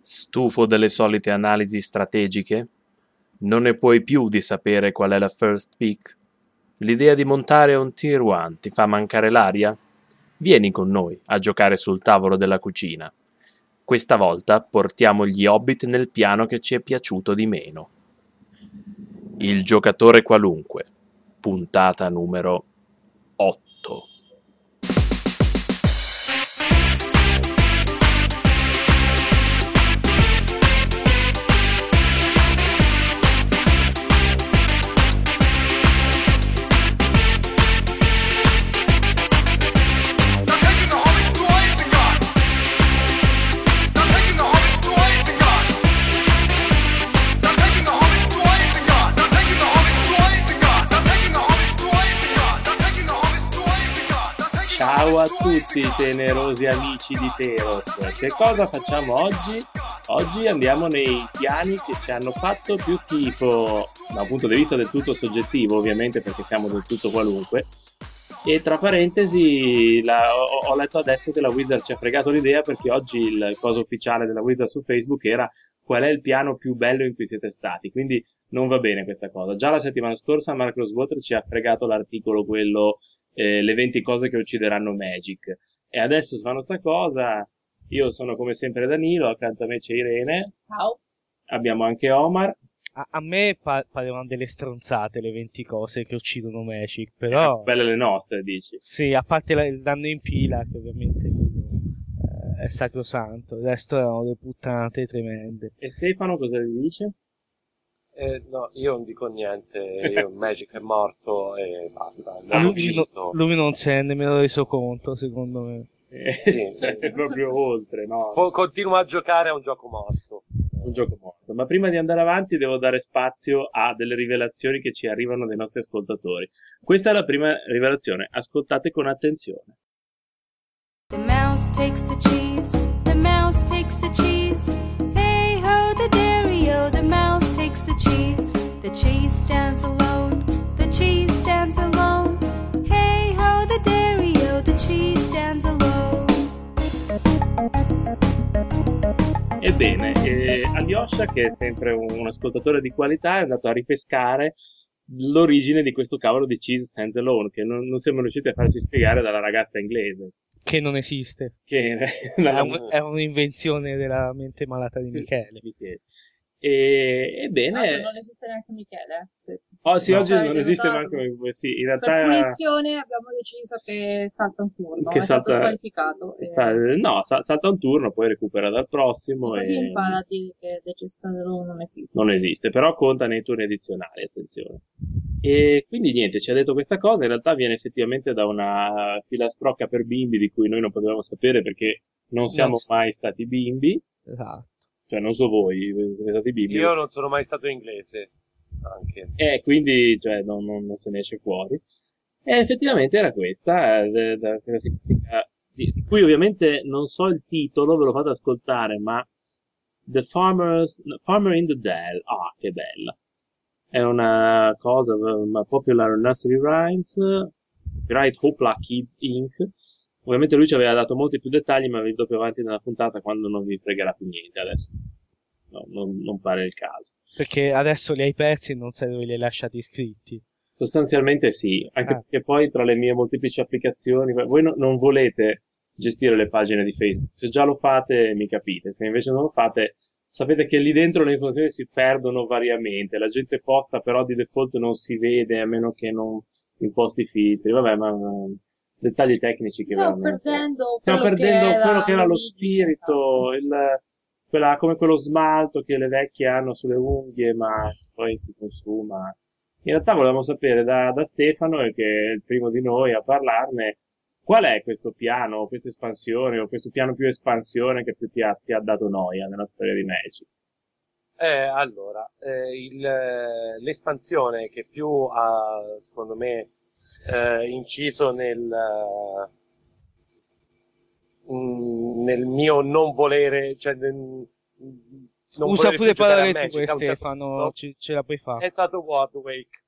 Stufo delle solite analisi strategiche? Non ne puoi più di sapere qual è la first pick? L'idea di montare un Tier 1 ti fa mancare l'aria? Vieni con noi a giocare sul tavolo della cucina. Questa volta portiamo gli Hobbit nel piano che ci è piaciuto di meno. Il giocatore qualunque. Puntata numero 8. Ciao a tutti tenerosi amici di Teros, che cosa facciamo oggi? Oggi andiamo nei piani che ci hanno fatto più schifo, da un punto di vista del tutto soggettivo ovviamente perché siamo del tutto qualunque, e tra parentesi ho letto adesso che la Wizard ci ha fregato l'idea perché oggi il coso ufficiale della Wizard su Facebook era qual è il piano più bello in cui siete stati, quindi non va bene questa cosa. Già la settimana scorsa Mark Rosewater ci ha fregato l'articolo quello le 20 cose che uccideranno Magic. E adesso fanno sta cosa. Io sono come sempre Danilo, accanto a me c'è Irene. Ciao. Abbiamo anche Omar. A me parevano delle stronzate le 20 cose che uccidono Magic, però... Belle le nostre, dici. Sì, a parte il danno in pila, che ovviamente è sacrosanto, il resto erano delle puttanate tremende. E Stefano cosa gli dice? No, io non dico niente, Magic è morto e basta, l'hanno ucciso. Lui non se ne è nemmeno reso conto, secondo me. Sì, Cioè, è proprio oltre, no? Continua a giocare a un gioco morto. Un gioco morto. Ma prima di andare avanti devo dare spazio a delle rivelazioni che ci arrivano dai nostri ascoltatori. Questa è la prima rivelazione, ascoltate con attenzione. The mouse takes the cheese, the mouse takes the cheese. Hey ho, the dairy-o, the mouse takes the cheese stands alone, the cheese stands alone. Hey ho, the dairy-o, the cheese stands alone. Ebbene, Alyosha, che è sempre un ascoltatore di qualità, è andato a ripescare l'origine di questo cavolo di Cheese Stands Alone, che non siamo riusciti a farci spiegare dalla ragazza inglese. Che non esiste. Che è un'invenzione della mente malata di Michele. Ebbene... non esiste neanche Michele. Oh sì, No, oggi non esiste neanche... Sì, in realtà... Per punizione abbiamo deciso che salta un turno, che è stato squalificato. Salta un turno, poi recupera dal prossimo. Così impara a dire che The Cestadero non esiste. Non esiste, però conta nei turni addizionali, attenzione. E quindi niente, ci ha detto questa cosa, in realtà viene effettivamente da una filastrocca per bimbi di cui noi non potevamo sapere perché non siamo mai stati bimbi. Esatto. Cioè, non so voi, siete stati bimbi. Io non sono mai stato inglese, anche. Quindi, cioè, non se ne esce fuori. E effettivamente era questa, questa significa, di cui ovviamente non so il titolo, ve lo fate ascoltare, ma Farmer in the Dell. Ah, che bella. È una cosa, una popular nursery rhymes, copyright Hoopla Kids Inc. Ovviamente lui ci aveva dato molti più dettagli, ma vi do più avanti nella puntata quando non vi fregherà più niente adesso. No, non pare il caso. Perché adesso li hai persi e non sai dove li hai lasciati scritti. Sostanzialmente sì, anche perché poi tra le mie molteplici applicazioni, voi non volete gestire le pagine di Facebook. Se già lo fate, mi capite. Se invece non lo fate, sapete che lì dentro le informazioni si perdono variamente. La gente posta, però di default non si vede, a meno che non imposti filtri. Vabbè, ma dettagli tecnici che stiamo perdendo quello che era lo spirito, come quello smalto che le vecchie hanno sulle unghie, ma poi si consuma. In realtà volevamo sapere da Stefano, che è il primo di noi a parlarne, qual è questo piano, questa espansione, o questo piano più espansione che più ti ha dato noia nella storia di Magic? Allora, l'espansione che più ha, secondo me, inciso nel mio non volere, cioè usa pure parole tue, Stefano, ce la puoi fare. È stato Wardwake.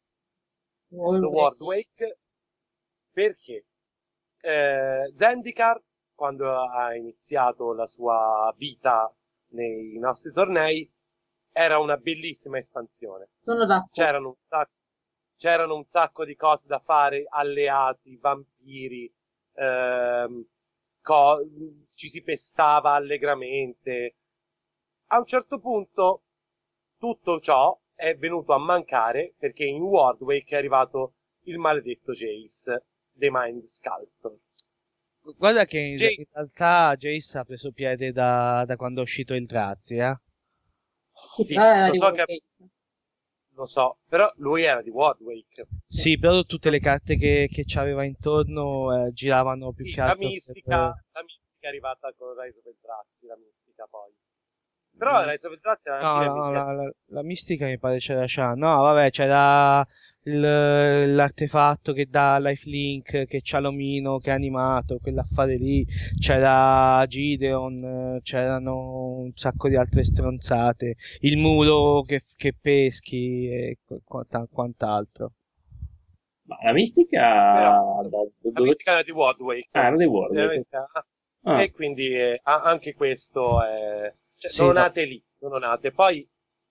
Perché Zendikar, quando ha iniziato la sua vita nei nostri tornei, era una bellissima espansione. Sono d'accordo. C'erano un sacco di cose da fare, alleati, vampiri, ci si pestava allegramente. A un certo punto tutto ciò è venuto a mancare perché in Wordwake è arrivato il maledetto Jace, The Mind Sculptor. Guarda che in realtà Jace ha preso piede da quando è uscito il Drazi, Sì, però era di lo so Wordwake. Lo so, però lui era di Wordwake. Sì, però tutte le carte che c'aveva intorno giravano più Sì, che la altro mistica è arrivata con Rise of Eldrazi, la mistica poi. Però Rise of Eldrazi era No, la mistica mi pare c'era già. No, vabbè, c'era l'artefatto che dà lifelink, che c'ha l'omino, che è animato, quell'affare lì. C'era Gideon, c'erano un sacco di altre stronzate. Il muro che peschi e quant'altro. Ma la mistica... la mistica era di Wordwake. Era di Wordwake. E quindi anche questo è... Cioè, Sì, sono no. nate lì, sono nate. Poi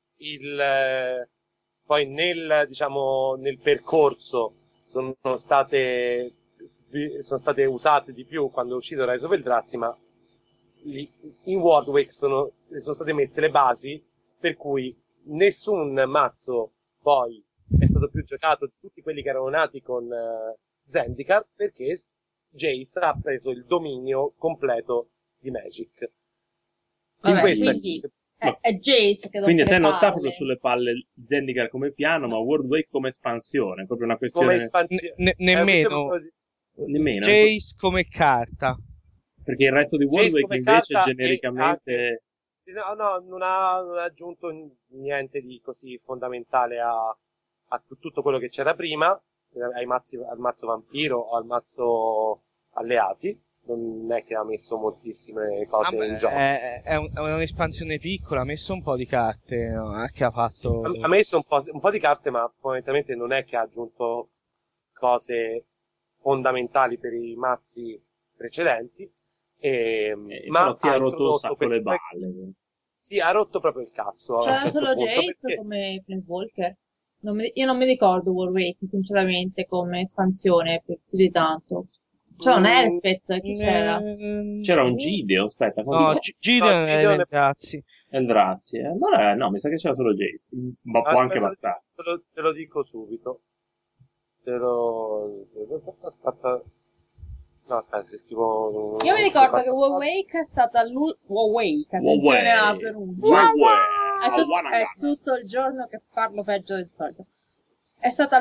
poi nel percorso sono state usate di più quando è uscito Rise of Eldrazi, ma in Wordwake sono state messe le basi per cui nessun mazzo poi è stato più giocato di tutti quelli che erano nati con Zendikar, perché Jace ha preso il dominio completo di Magic. Vabbè, questa- quindi è Jace che Quindi a te rompe non le sta palle. proprio sulle palle Zendikar come piano, ma Wordwake come espansione, è proprio una Come questione... espansione. Nemmeno Nemmeno. Jace come carta. Perché il resto di Jace Wordwake come invece carta genericamente... Sì, no, non ha aggiunto niente di così fondamentale a tutto quello che c'era prima, al mazzo vampiro o al mazzo alleati. Non è che ha messo moltissime cose in gioco. È un'espansione piccola, ha messo un po' di carte, no? Che ha fatto... Ha messo un po' di carte, ma fondamentalmente non è che ha aggiunto cose fondamentali per i mazzi precedenti. Però ti ha rotto un sacco le balle. Sì, ha rotto proprio il cazzo. a un C'era certo solo punto, Jace perché- come Planeswalker. Io non mi ricordo Warwake, sinceramente, come espansione più di tanto. C'era un Elspeth, chi c'era? C'era un Gideon, aspetta, No, quanti Gideon No, è Gideon è- Eldrazi. Eldrazi. Allora, no, mi sa che c'era solo Jace, ma può anche bastare. Te lo dico subito. Aspetta. No, aspetta, se scrivo... Io mi ricordo che Warwake è stata Warwake, attenzione alla pronuncia. È tutto il giorno che parlo peggio del solito. È stata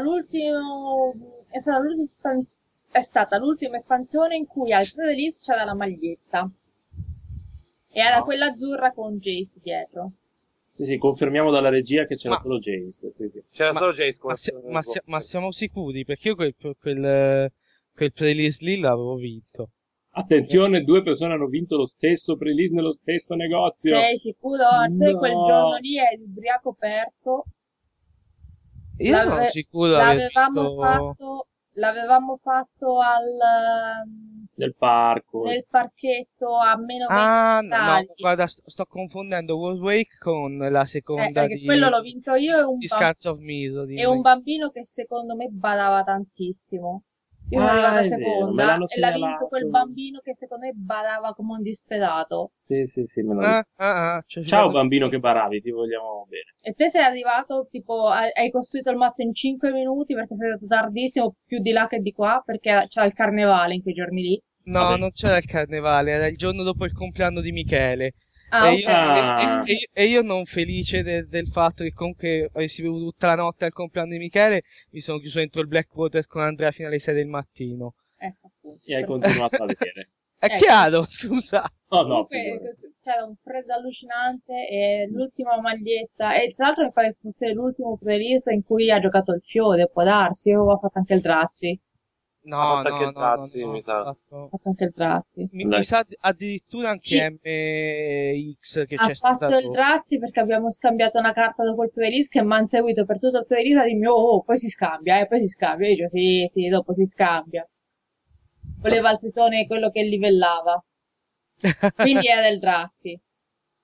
l'ultima espansione in cui al pre-release c'era la maglietta. E era quella azzurra con Jace dietro. Sì, confermiamo dalla regia che c'era Ma- solo Jace. Sì. C'era Ma- solo Jace come Ma siamo sicuri? Perché io quel pre-release lì l'avevo vinto. Attenzione, 2 persone hanno vinto lo stesso pre-release nello stesso negozio. Sei sicuro? A te No. quel giorno lì eri ubriaco perso. Io non sono sicuro di aver L'avevamo fatto Nel parco. nel parchetto a meno 20 Ah, no, gradi. guarda, sto confondendo World Wake con la seconda Perché di... quello l'ho vinto io di Scars of Misery. e un bambino che secondo me badava tantissimo. Io sono arrivata è vero, me seconda l'hanno e l'ha vinto segnalato. quel bambino che secondo me badava come un disperato. Sì, me l'hanno detto. Cioè, Ciao bambino che baravi, ti vogliamo bene. E te sei arrivato, tipo, hai costruito il mazzo in 5 minuti perché sei stato tardissimo, più di là che di qua, perché c'era il carnevale in quei giorni lì. No, Vabbè. non c'era il carnevale, era il giorno dopo il compleanno di Michele. Ah, E ok. io, Ah. e io non felice del fatto che comunque avessi bevuto tutta la notte al compleanno di Michele, mi sono chiuso dentro il Blackwater con Andrea fino alle 6 del mattino. Ecco, appunto. E hai continuato a bere. È Ecco. chiaro, scusa. Oh no, Comunque, figurati. c'era un freddo allucinante e l'ultima maglietta, e tra l'altro mi pare che fosse l'ultimo pre-release in cui ha giocato il Fiore, può darsi, o ha fatto anche il Drazzi. No, Ha fatto anche no, il Drazzi, mi sa. ha fatto- Ha fatto anche il Drazzi. Mi sa addirittura anche Sì. MX che Ha c'è fatto stato. il Drazzi perché abbiamo scambiato una carta dopo il pre-release che mi ha seguito per tutto il pre-release a dirmi poi si scambia, poi si scambia. Io dico sì, dopo si scambia. Voleva il tritone quello che livellava. Quindi era del Drazzi.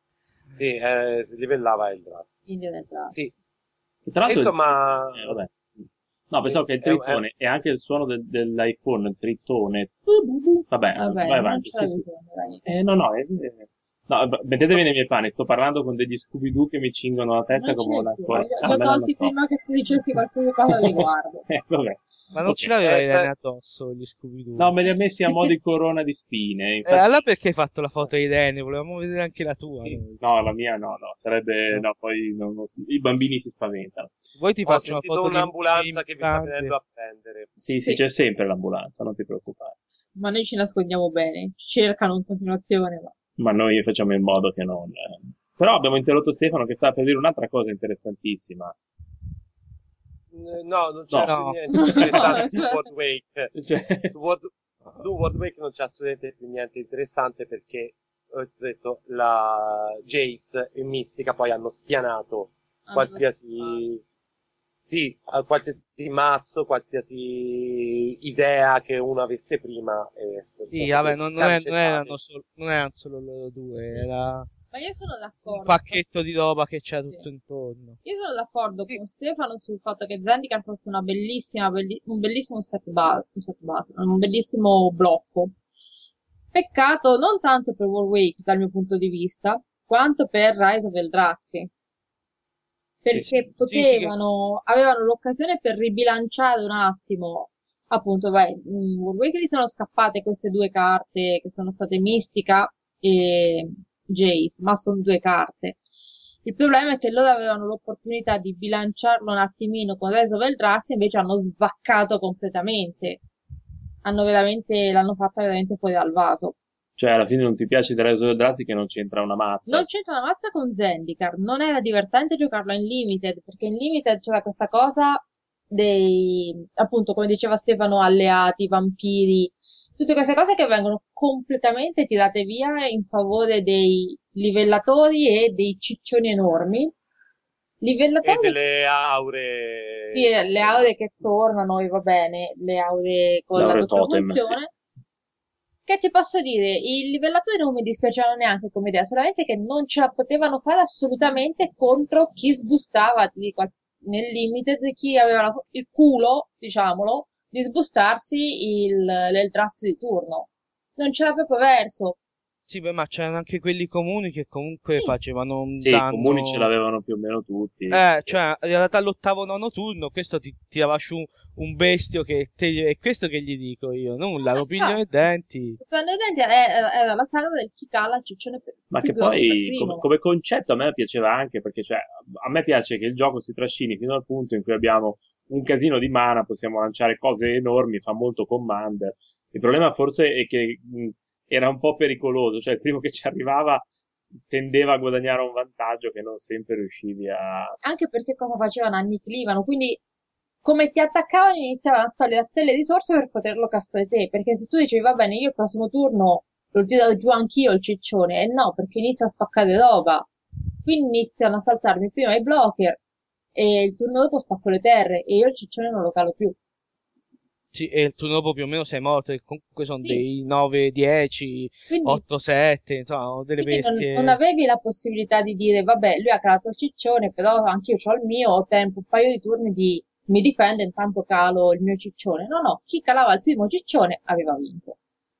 Sì, si livellava Eldrazi. India del Drago. Sì, E tra l'altro, insomma, vabbè. No, pensavo che il trittone e anche il suono dell'iPhone, il trittone. Vabbè, Vabbè, vai non avanti. c'era Sì, sì. bisogno, dai. No, mettetevi nei miei panni, sto parlando con degli Scooby-Doo che mi cingono la testa Non ce come n'è una più. cuore. Li ho tolti prima che tu dicessi qualsiasi cosa al riguardo. Vabbè. Ma non Ok. ce l'aveva Eh, Irene sta- addosso gli Scooby-Doo? No, me li ha messi a mo' di corona di spine. Infatti, Allora perché hai fatto la foto di Irene? Volevamo vedere anche la tua. Noi. no, la mia no, sarebbe... No. No, poi i bambini si spaventano. Voi ti ho faccio una sentito foto di un'ambulanza che vi sta infante. venendo a prendere. Sì, Sì. c'è sempre l'ambulanza, non ti preoccupare. Ma noi ci nascondiamo bene. Ci cercano in continuazione, Ma noi facciamo in modo che non... Però abbiamo interrotto Stefano che stava per dire un'altra cosa interessantissima. No, non c'è No. più niente di interessante su World Wake. Cioè, Su World Wake non c'è assolutamente più niente interessante perché, ho detto, la Jace e Mystica poi hanno spianato qualsiasi... Sì, qualsiasi mazzo, qualsiasi idea che uno avesse prima. Sì, sono vabbè, stati non cancellati. erano solo loro due, era Ma io sono un d'accordo. pacchetto di roba che c'era Sì. tutto intorno. Io sono d'accordo Sì. con Stefano sul fatto che Zendikar fosse una un bellissimo un bellissimo blocco. Peccato non tanto per Warwake dal mio punto di vista, quanto per Rise of Eldrazi. Perché Sì, avevano l'occasione per ribilanciare un attimo. Appunto, in Warwake gli sono scappate queste due carte che sono state Mistica e Jace, ma sono due carte. Il problema è che loro avevano l'opportunità di bilanciarlo un attimino con Rise of Eldrazi, invece hanno svaccato completamente. L'hanno fatta veramente fuori dal vaso. cioè, alla fine non ti piace del Reso del Drazi che non c'entra una mazza. Non c'entra una mazza con Zendikar, non era divertente giocarlo in Limited, perché in Limited c'era questa cosa appunto, come diceva Stefano, alleati, vampiri, tutte queste cose che vengono completamente tirate via in favore dei livellatori e dei ciccioni enormi. E Livellatori, delle aure. sì, le aure che tornano, e va bene, le aure con la L'aure doppia totem, funzione. Che ti posso dire? I livellatori non mi dispiacevano neanche come idea, solamente che non ce la potevano fare assolutamente contro chi sbustava, ti dico, nel limited, chi aveva il culo, diciamolo, di sbustarsi l'Eldrazi di turno. Non c'era proprio verso. Sì, beh, ma c'erano anche quelli comuni che comunque Sì. facevano un Sì, i danno. comuni ce l'avevano più o meno tutti. Cioè, in realtà all'ottavo nono turno questo ti tirava su un bestio che è questo che gli dico io, nulla, lo piglio nei denti. Prendere denti era la saga del chi cala il ciccione Ma più che grosso per poi primo. come concetto a me piaceva anche perché cioè, a me piace che il gioco si trascini fino al punto in cui abbiamo un casino di mana, possiamo lanciare cose enormi, fa molto commander. Il problema forse è che era un po' pericoloso, cioè il primo che ci arrivava tendeva a guadagnare un vantaggio che non sempre riuscivi a... Anche perché cosa facevano? Annichilivano, quindi come ti attaccavano iniziavano a togliere a te le risorse per poterlo castrare te, perché se tu dicevi va bene, io il prossimo turno lo tiro giù anch'io il ciccione, e no, perché inizia a spaccare roba, quindi iniziano a saltarmi prima i blocker e il turno dopo spacco le terre e io il ciccione non lo calo più. Sì, e il turno dopo più o meno sei morto, che comunque sono Sì. dei 9, 10, Quindi 8, 7, insomma, delle Quindi bestie. non avevi la possibilità di dire, vabbè, lui ha calato il ciccione, però anche io ho il mio, ho tempo, un paio di turni di mi difendo, intanto calo il mio ciccione. No, no, chi calava il primo ciccione aveva vinto.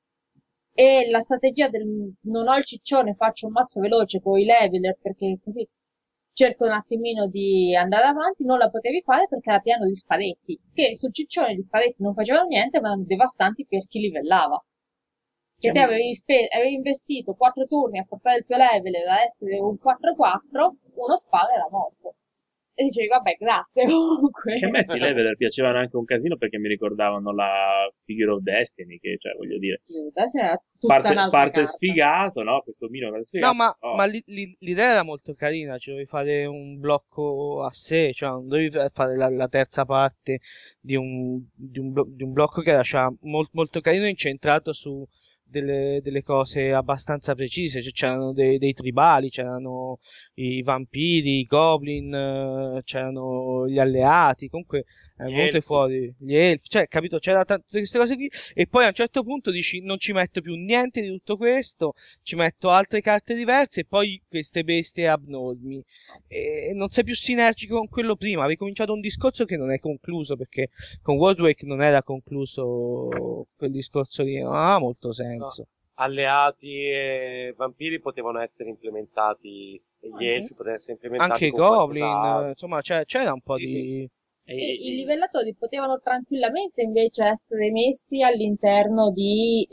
E la strategia del non ho il ciccione, faccio un mazzo veloce con i leveler, perché così cerco un attimino di andare avanti, non la potevi fare perché era pieno di sparetti, che sul ciccione gli sparetti non facevano niente, ma erano devastanti per chi livellava. Che te avevi investito 4 turni a portare il tuo level da essere un 4-4, uno spalla era morto. E dicevi, vabbè, grazie comunque. Che a me sti leveler piacevano anche un casino perché mi ricordavano la Figure of Destiny, che cioè voglio dire, Adesso era tutta un'altra parte carta. sfigato, no? Questo Mino era No, sfigato. ma, Oh. ma l'idea era molto carina, cioè dovevi fare un blocco a sé, cioè non dovevi fare la terza parte di un blocco che era cioè, molto carino, incentrato su delle cose abbastanza precise, cioè, c'erano dei tribali, c'erano i vampiri, i goblin, c'erano gli alleati, comunque Gli venute elfi. fuori gli elfi, cioè, capito, c'era tutte queste cose qui, e poi a un certo punto dici non ci metto più niente di tutto questo, ci metto altre carte diverse e poi queste bestie abnormi, e non sei più sinergico con quello prima, avevi cominciato un discorso che non è concluso, perché con Worldwake non era concluso quel discorso lì, non ha molto senso. Alleati e vampiri potevano essere implementati, e gli elfi potevano essere implementati Anche i con Goblin, qualcos'altro. insomma, c'era un po' Sì, sì. di... E i livellatori potevano tranquillamente invece essere messi all'interno di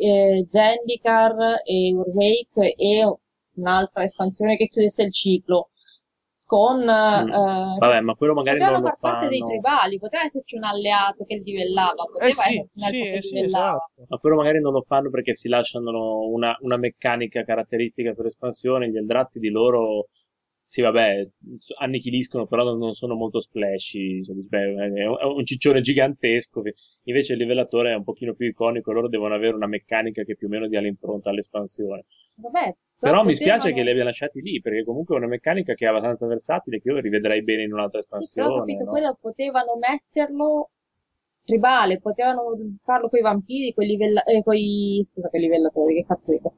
Zendikar e Urwake e un'altra espansione che chiudesse il ciclo. Con, Vabbè, ma quello magari potevano non lo far parte dei fanno. tribali, poteva esserci un alleato che livellava, poteva sì, esserci un elfo che sì, livellava. esatto. Ma quello magari non lo fanno perché si lasciano una meccanica caratteristica per espansione. Gli Eldrazi di loro, sì, vabbè, annichiliscono, però non sono molto splashy. Insomma, dici, beh, è un ciccione gigantesco. Invece il livellatore è un pochino più iconico. Loro devono avere una meccanica che più o meno dia l'impronta all'espansione. Vabbè, Però mi spiace che li potevano... abbia lasciati lì, perché comunque è una meccanica che è abbastanza versatile, che io rivedrei bene in un'altra Sì, però ho espansione, capito, no? quello potevano metterlo tribale, potevano farlo coi vampiri, scusa, coi livellatori, che cazzo dico,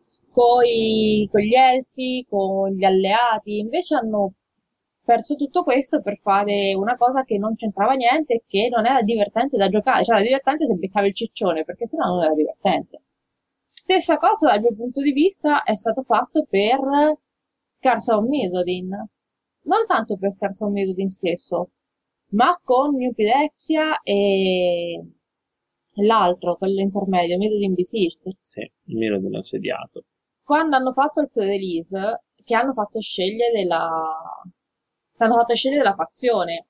con gli elfi, con gli alleati, invece hanno perso tutto questo per fare una cosa che non c'entrava niente e che non era divertente da giocare, cioè era divertente se beccavi il ciccione, perché sennò non era divertente. Stessa cosa dal mio punto di vista è stato fatto per Scars of Mirrodin, non tanto per Scars of Mirrodin stesso, ma con New Pyrexia e l'altro, quello intermedio, Mirrodin Besieged. Sì, il mio dell'assediato. Quando hanno fatto il pre-release, che hanno fatto scegliere la fazione.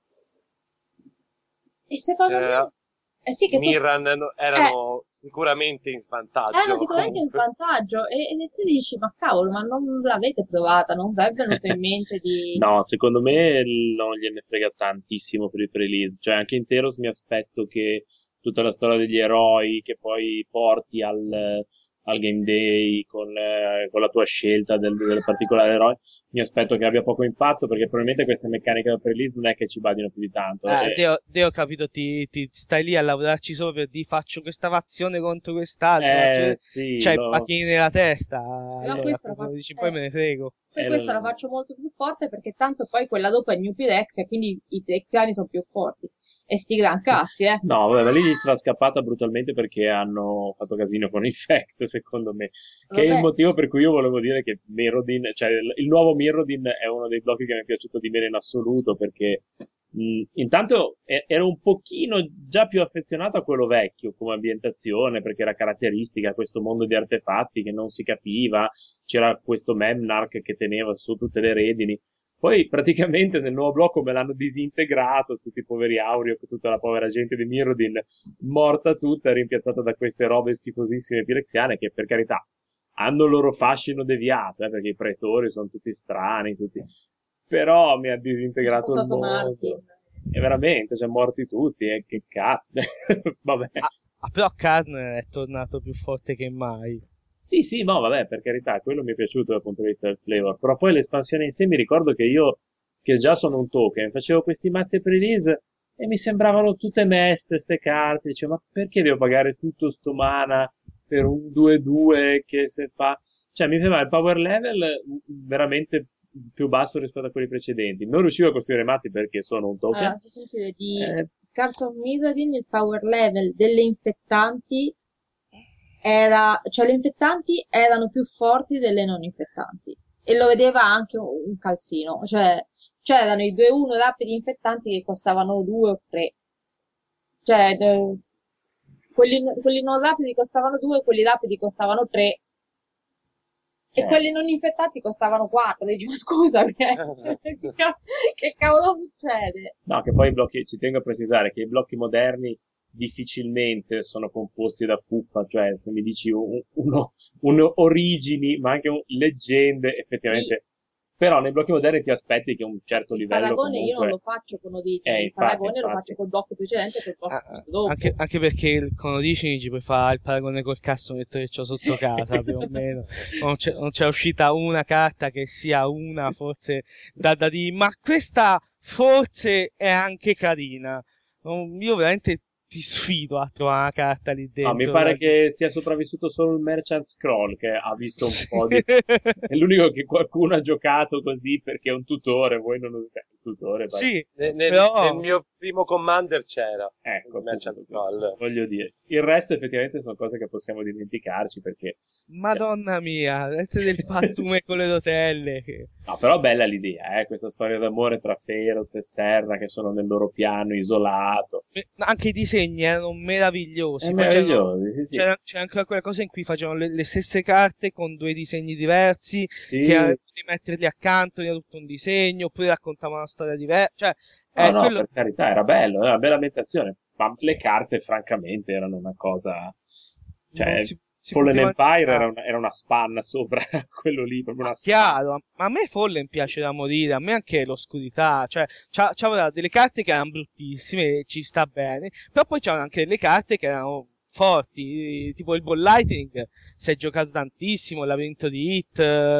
E secondo C'era- me, eh sì, I che tu, Mirran erano sicuramente in erano svantaggio. sicuramente in Comunque. svantaggio e tu dici, ma cavolo, ma non l'avete provata, non vi è venuto in mente di... No, secondo me non gliene frega tantissimo per il pre-release. Cioè, anche in Teros mi aspetto che tutta la storia degli eroi che poi porti al game day con la tua scelta del particolare eroe, mi aspetto che abbia poco impatto perché probabilmente queste meccaniche del pre-release non è che ci badino più di tanto. Deo, ho capito, ti stai lì a lavorarci solo per dire faccio questa fazione contro quest'altro, Sì, c'hai i pachini nella testa, Però allora questa la proprio fa... dici poi me ne frego. Poi questa la faccio molto più forte perché tanto poi quella dopo è New Pyrexia, quindi i pirexiani sono più forti. E sti gran cazzi, eh. No, vabbè, ma lì gli sarà scappata brutalmente perché hanno fatto casino con Infect, secondo me. Che è il Vabbè, motivo per cui io volevo dire che Mirrodin, cioè il nuovo Mirrodin è uno dei blocchi che mi è piaciuto di meno in assoluto perché intanto ero un pochino già più affezionato a quello vecchio come ambientazione perché era caratteristica questo mondo di artefatti che non si capiva, c'era questo Memnarch che teneva su tutte le redini. Poi praticamente nel nuovo blocco me l'hanno disintegrato, tutti i poveri Aurio, tutta la povera gente di Mirrodin morta tutta, rimpiazzata da queste robe schifosissime pirexiane che per carità hanno il loro fascino deviato, perché i pretori sono tutti strani, tutti... però mi ha è disintegrato il passato mondo. Martin. E veramente, sono morti tutti, che cazzo. Vabbè. Però Karn è tornato più forte che mai. Sì, sì, no, vabbè, per carità, quello mi è piaciuto dal punto di vista del flavor, però poi l'espansione in sé mi ricordo che io, che già sono un token, facevo questi mazzi pre-release e mi sembravano tutte meste ste carte, dicevo, ma perché devo pagare tutto sto mana per un 2-2 che se fa... Cioè, mi sembrava il power level veramente più basso rispetto a quelli precedenti. Non riuscivo a costruire mazzi perché sono un token. Allora, se sentite di Eh, Scars of Mirrodin, il power level delle infettanti cioè le infettanti erano più forti delle non infettanti. E lo vedeva anche un calzino, cioè c'erano i 2-1 rapidi infettanti che costavano 2 o 3. Cioè, quelli non rapidi costavano 2, quelli rapidi costavano 3. E quelli non infettati costavano 4. Dici, ma scusami, che cavolo succede? No, che poi i blocchi, ci tengo a precisare che i blocchi moderni difficilmente sono composti da fuffa, cioè se mi dici un origini, ma anche un leggende, Sì, effettivamente Però nei blocchi moderni ti aspetti che un certo Il livello paragone io non comunque... lo faccio con Odicini, il infatti, paragone lo faccio col blocco precedente e col blocco dopo. Anche perché con Odicini ci puoi fare il paragone col cassonetto che c'ho sotto casa, più o meno. Non c'è uscita una carta che sia una, forse, da dire, ma questa forse è anche carina. Io veramente ti sfido a trovare una carta lì dentro. No, mi pare che sia sopravvissuto solo il Merchant Scroll, che ha visto un po' di... È l'unico che qualcuno ha giocato così perché è un tutore, voi non usate il tutore. Sì, Nel però... mio primo Commander c'era. Ecco, il Merchant appunto, Scroll. voglio dire. Il resto effettivamente sono cose che possiamo dimenticarci perché... Madonna mia, vedete del pattume con le rotelle. No, però bella l'idea, questa storia d'amore tra Feroz e Serra che sono nel loro piano isolato. Anche i disegni erano meravigliosi. È Poi meravigliosi, sì, sì. c'era anche quella cosa in cui facevano le stesse carte con due disegni diversi, Sì. che di metterli accanto era tutto un disegno, oppure raccontavano una storia diversa. Cioè, No, quello... per carità, era bello, era una bella ambientazione, ma le carte francamente erano una cosa... Cioè, non si Fallen poteva Empire giocare. era una spanna sopra quello lì, proprio una Chiaro, ma a me Fallen piace da morire, a me anche l'oscurità, cioè c'aveva delle carte che erano bruttissime, e ci sta bene, però poi c'erano anche delle carte che erano forti, tipo il Ball Lightning, si è giocato tantissimo, il Labirinto di Hit,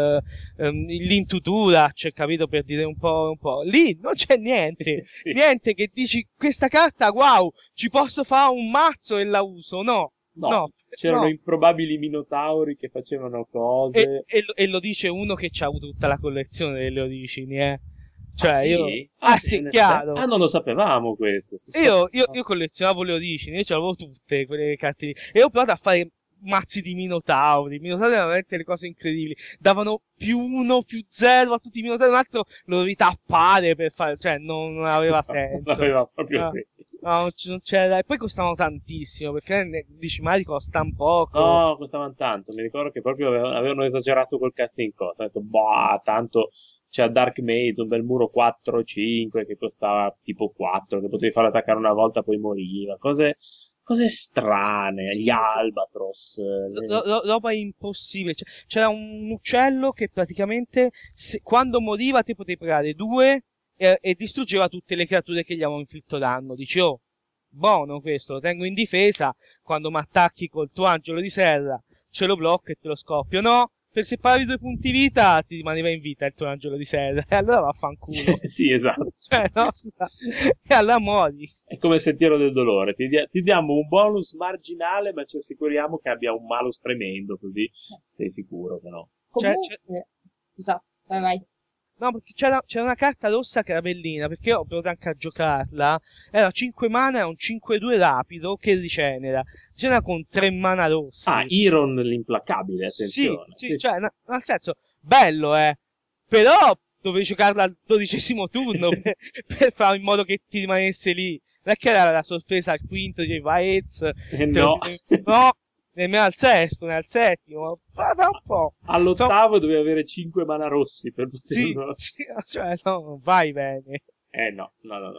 l'Into Turac, capito, per dire un po', lì non c'è niente, Sì. niente che dici questa carta, wow, ci posso fare un mazzo e la uso, no. No, c'erano no. improbabili minotauri che facevano cose. E lo dice uno che c'ha avuto tutta la collezione delle origini, Cioè, Ah, sì? io... Sì, chiaro. non lo sapevamo questo. Io collezionavo le origini, io ce l'avevo tutte quelle carte lì. E ho provato a fare mazzi di minotauri. I minotauri erano veramente le cose incredibili. Davano +1, +0 a tutti i minotauri. Un altro lo dovevi tappare per fare... Cioè, non aveva senso. Non aveva proprio No. senso. No, non c'era. E poi costavano tantissimo, perché dici, magari costano poco. No, costavano tanto. Mi ricordo che proprio avevano esagerato col casting cost. Hanno detto, boh, tanto c'è Dark Mage, un bel muro 4-5 che costava tipo 4, che potevi farlo attaccare una volta poi moriva. Cose strane, gli Albatros. Roba impossibile. C'era un uccello che praticamente quando moriva te potevi pagare 2 e distruggeva tutte le creature che gli avevano inflitto danno. Dici, oh, buono questo, lo tengo in difesa, quando mi attacchi col tuo angelo di serra ce lo blocco e te lo scoppio. No, per se pagavi 2 punti vita ti rimaneva in vita il tuo angelo di serra e allora vaffanculo. Sì, esatto. Cioè, no, scusa, e allora muori. È come il sentiero del dolore. Ti diamo un bonus marginale, ma ci assicuriamo che abbia un malus tremendo, così sei sicuro che no. Comunque, scusa, vai. No, perché c'era una carta rossa che era bellina, perché io ho provato anche a giocarla. Era 5 mana, era un 5-2 rapido che rigenera. Rigenera con 3 mana rossi. Ah, Iron l'implacabile, attenzione. Sì, cioè, nel senso, bello, però dovevi giocarla al 12° turno per fare in modo che ti rimanesse lì. Non è che era la sorpresa al quinto, dicevi, vai Ez, No. no, nemmeno al sesto, né al settimo. Guarda un po'. All'8º dovevi avere 5 mana rossi per Sì, poterlo... cioè, no, vai bene. No.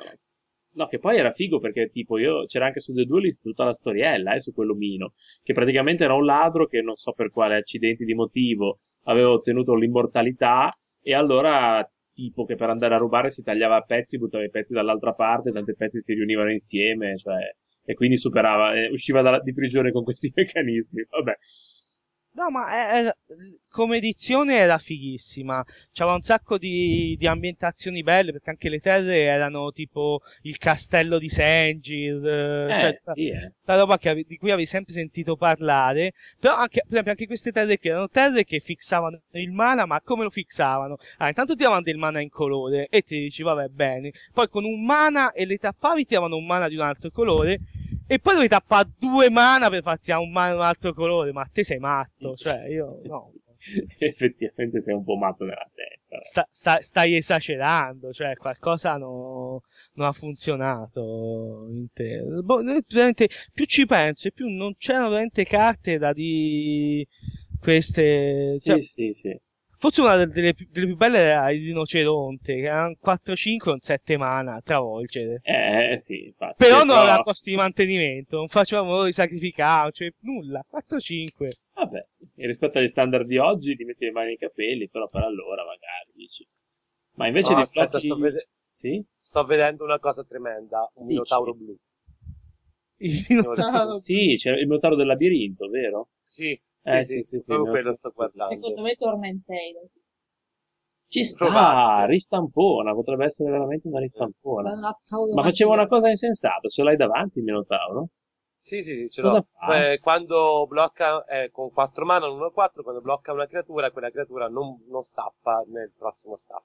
No, che poi era figo perché tipo c'era anche su The Duelist tutta la storiella, su quell'omino, che praticamente era un ladro che non so per quale accidenti di motivo aveva ottenuto l'immortalità e allora tipo che per andare a rubare si tagliava a pezzi, buttava i pezzi dall'altra parte, tanti pezzi si riunivano insieme, cioè, e quindi superava, usciva di prigione con questi meccanismi, vabbè. No, ma come edizione era fighissima. C'aveva un sacco di ambientazioni belle, perché anche le terre erano tipo il castello di Sengir, cioè Sì, la roba di cui avevi sempre sentito parlare. Però anche, per esempio, anche queste terre qui erano terre che fissavano il mana, ma come lo fissavano? Intanto ti davano del mana in colore e ti dici, vabbè, bene. Poi con un mana e le tappavi ti davano un mana di un altro colore. E poi dovevi tappare 2 mana per farti un mana di un altro colore, ma te sei matto, cioè io no. Effettivamente sei un po' matto nella testa. Stai esagerando, cioè qualcosa non ha funzionato intero. Veramente, più ci penso e più non c'erano veramente carte da di queste. Sì, sì. Forse una delle più belle era il rinoceronte, che erano 4-5 con 7 mana, travolgere. Sì, infatti. Però non aveva costi di mantenimento, non faceva modo di sacrificare, cioè nulla, 4-5. Vabbè, rispetto agli standard di oggi ti metti le mani nei capelli, però per allora magari dici. Ma invece No, di aspetta, blocchi... Sì? sto vedendo una cosa tremenda, un Dici? minotauro blu. Il Sì, c'è il Minotauro del labirinto, vero? Sì, Sì, proprio me quello lo- sto guardando. Secondo me Tormentators. Ci sta, Probabile. ristampona, potrebbe essere veramente una ristampona. Ma cavolo, Ma faceva una io. cosa insensata, ce l'hai davanti il Minotauro? Sì, ce Cosa l'ho. fa? Quando blocca con 4 mana, un 1-4, quando blocca una creatura, quella creatura non stappa nel prossimo step.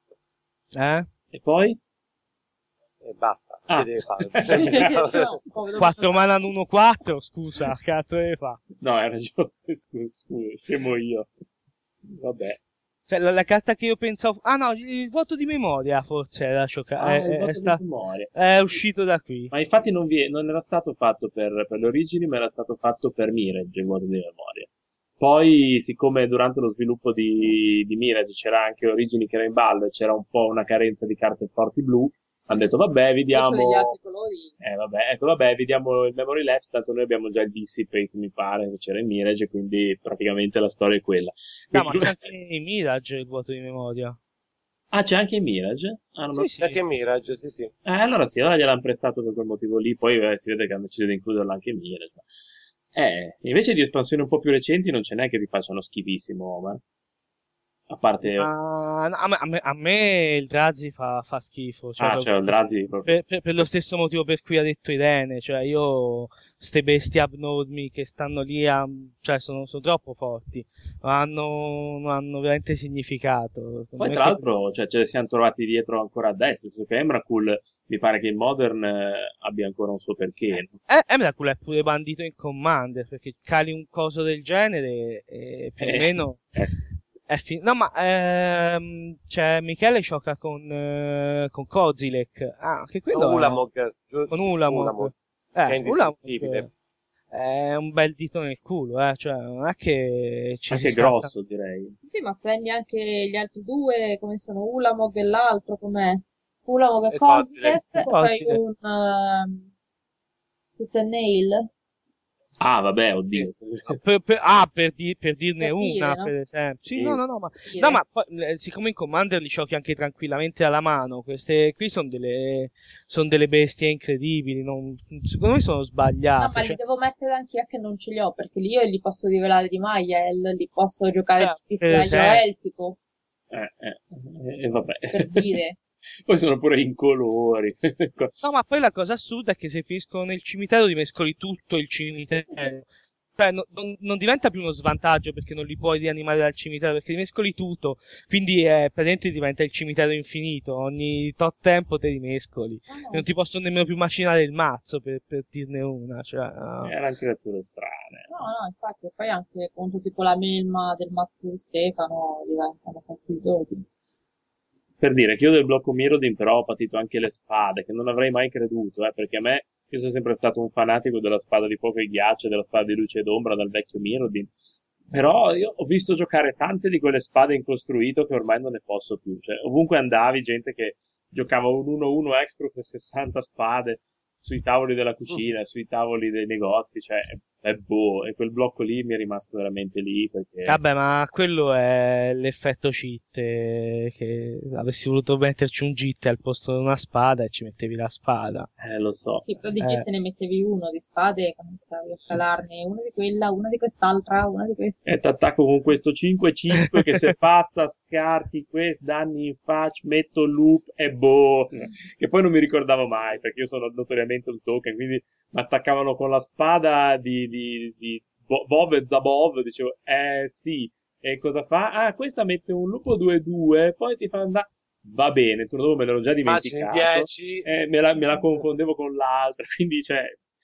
E poi? E basta. Ah. Che deve fare? No, povero 4 Minotauro. mana 1-4, scusa, che cazzo deve fa? No, hai ragione, scusa, scemo io. Vabbè. Cioè, la carta che io pensavo... Ah no, il voto di memoria forse era Il voto di memoria. è uscito da qui. Ma infatti non era stato fatto per le origini, ma era stato fatto per Mirage, il vuoto di memoria. Poi, siccome durante lo sviluppo di Mirage c'era anche Origini che era in ballo e c'era un po' una carenza di carte forti blu, hanno detto vabbè, Invece degli altri vediamo... colori. Vabbè, ho detto vabbè, vediamo il Memory Lapse, tanto noi abbiamo già il Dissipate, mi pare, che c'era in Mirage, quindi praticamente la storia è quella. No, ma c'è anche in Mirage il vuoto di memoria. Ah, c'è anche in Mirage? Ah, non me lo- Sì, C'è anche Mirage, sì. allora sì, allora gliel'hanno prestato per quel motivo lì, poi si vede che hanno deciso di includerlo anche in Mirage. Invece di espansioni un po' più recenti non ce n'è che ti facciano schifissimo, Omar. A parte... Ma no, a me il Drazi fa schifo. Cioè, Ah, cioè il Drazi proprio... per lo stesso motivo per cui ha detto Irene, cioè io ste bestie abnormi che stanno lì cioè sono troppo forti, non hanno veramente significato. Secondo Poi me tra l'altro cioè, ce le siamo trovati dietro ancora adesso, nel senso che Emrakul mi pare che in Modern abbia ancora un suo perché. No? Emrakul è pure bandito in Commander, perché cali un coso del genere e più o meno è no, ma cioè Michele gioca con Kozilek. Ah, che quello Ulamog, con Ulamog. che è Ulamog indistruttibile. è un bel dito nel culo, cioè non è che ci Anche si sta- grosso, direi. Sì, ma prendi anche gli altri due, come sono Ulamog e l'altro, com'è? Ulamog e E Kozilek. Kozilek, e fai Kozilek. un Tooth and Nail. Ah, vabbè, oddio. per dirne Per dire, una, no? per esempio. Sì, Sì, no, sì. no, ma poi, siccome in Commander li giochi anche tranquillamente alla mano, queste qui sono delle bestie incredibili, secondo me sono No, sbagliate. ma li Cioè, devo mettere anche io che non ce li ho, perché io li posso rivelare di Maiel, li posso giocare di per Fislaio esempio. Elfico, Vabbè. per dire. Poi sono pure incolori. No, ma poi la cosa assurda è che se finiscono nel cimitero dimescoli tutto il cimitero. Sì. Cioè, non diventa più uno svantaggio perché non li puoi rianimare dal cimitero, perché rimescoli tutto. Quindi praticamente diventa il cimitero infinito. Ogni tot tempo te rimescoli. No, Non ti possono nemmeno più macinare il mazzo per dirne una. Cioè, Erano creature strane. no, infatti, poi anche contro tipo la melma del mazzo di Stefano diventano fastidiosi. Per dire che io del blocco Mirrodin però ho patito anche le spade, che non avrei mai creduto, perché io sono sempre stato un fanatico della spada di fuoco e ghiaccio, della spada di luce ed ombra dal vecchio Mirrodin. Però io ho visto giocare tante di quelle spade in costruito che ormai non ne posso più. Cioè, ovunque andavi, gente che giocava un 1-1 Expro per 60 spade sui tavoli della cucina, sui tavoli dei negozi, cioè è boh, e quel blocco lì mi è rimasto veramente lì perché... vabbè, ma quello è l'effetto cheat. Che avessi voluto metterci un JIT al posto di una spada e ci mettevi la spada. Lo so. Sì, però di te ne mettevi uno di spade e cominciavi a calarne una di quella, una di quest'altra, una di queste. E t'attacco con questo 5-5 che se passa scarti questi danni in faccia, metto il loop e boh. Che poi non mi ricordavo mai perché io sono notoriamente un token, quindi mi attaccavano con la spada di Vov e Zabov, dicevo sì, e cosa fa? Ah, questa mette un lupo 2-2, poi ti fa andare... Va bene, il turno dopo me l'ero già dimenticato, 10. me la confondevo con l'altra, quindi cioè...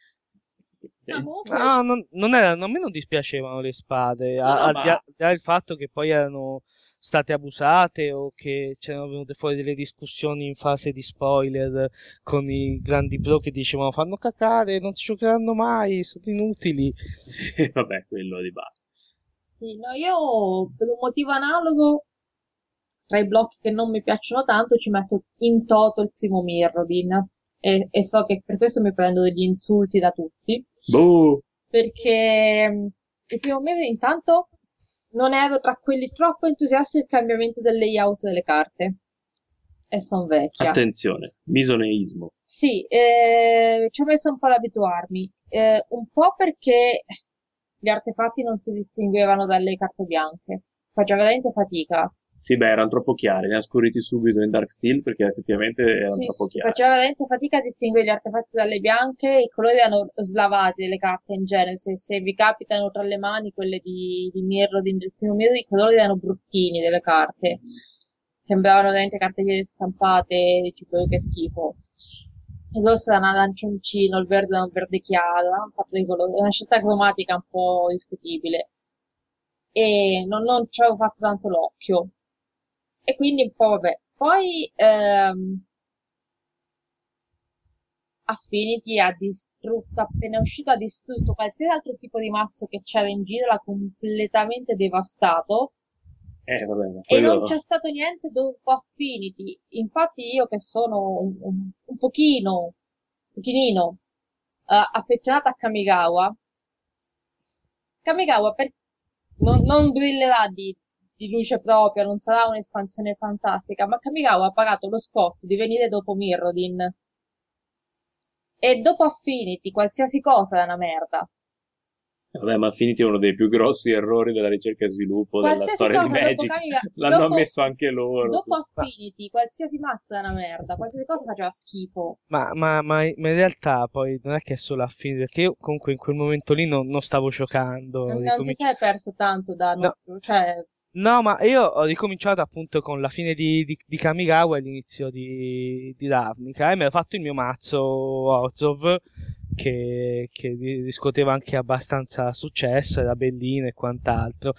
Comunque, No, a me non dispiacevano le spade, No, al ma- di là del fatto che poi erano state abusate o che c'erano venute fuori delle discussioni in fase di spoiler con i grandi pro che dicevano fanno cacare, non ci giocheranno mai, sono inutili. Vabbè, quello di base. sì, no, io per un motivo analogo, tra i blocchi che non mi piacciono tanto, ci metto in toto il primo Mirrodin. E so che per questo mi prendo degli insulti da tutti, Boh! perché il primo Mirrodin intanto non ero tra quelli troppo entusiasti del cambiamento del layout delle carte. E sono vecchia. Attenzione, misoneismo. Sì, ci ho messo un po' ad abituarmi. Un po' perché gli artefatti non si distinguevano dalle carte bianche. Faceva veramente fatica. Sì, beh, erano troppo chiari, li ha scuriti subito in Dark Steel perché effettivamente erano Sì, troppo si chiari. faceva veramente fatica a distinguere gli artefatti dalle bianche, i colori erano slavati delle carte in genere, se vi capitano tra le mani quelle di Mirrodin, del primo Mirrodin, i colori erano bruttini delle carte, sembravano veramente carte stampate, tipo che schifo. Il rosso era un arancioncino, il verde era un verde chiaro, hanno fatto dei colori, una scelta cromatica un po' discutibile e non ci avevo fatto tanto l'occhio. E quindi un po' vabbè. Poi Affinity ha distrutto, appena è uscito, ha distrutto qualsiasi altro tipo di mazzo che c'era in giro, l'ha completamente devastato. Vabbè, ma E non quello... c'è stato niente dopo Affinity. Infatti io che sono un pochino affezionata a Kamigawa, Kamigawa non brillerà di luce propria, non sarà un'espansione fantastica, ma Kamigawa ha pagato lo scotto di venire dopo Mirrodin. E dopo Affinity qualsiasi cosa è una merda. Vabbè, ma Affinity è uno dei più grossi errori della ricerca e sviluppo della Qualsiasi storia di cosa dopo Magic. Kamigawa, L'hanno ammesso anche loro. dopo Affinity qualsiasi mazza è una merda, qualsiasi cosa faceva schifo. Ma in realtà poi non è che è solo Affinity, perché io comunque in quel momento lì non stavo giocando. Non ti sei perso tanto da No, cioè no, ma io ho ricominciato appunto con la fine di Kamigawa e l'inizio di Ravnica e mi ero fatto il mio mazzo Orzhov che riscuoteva anche abbastanza successo, era bellino e quant'altro.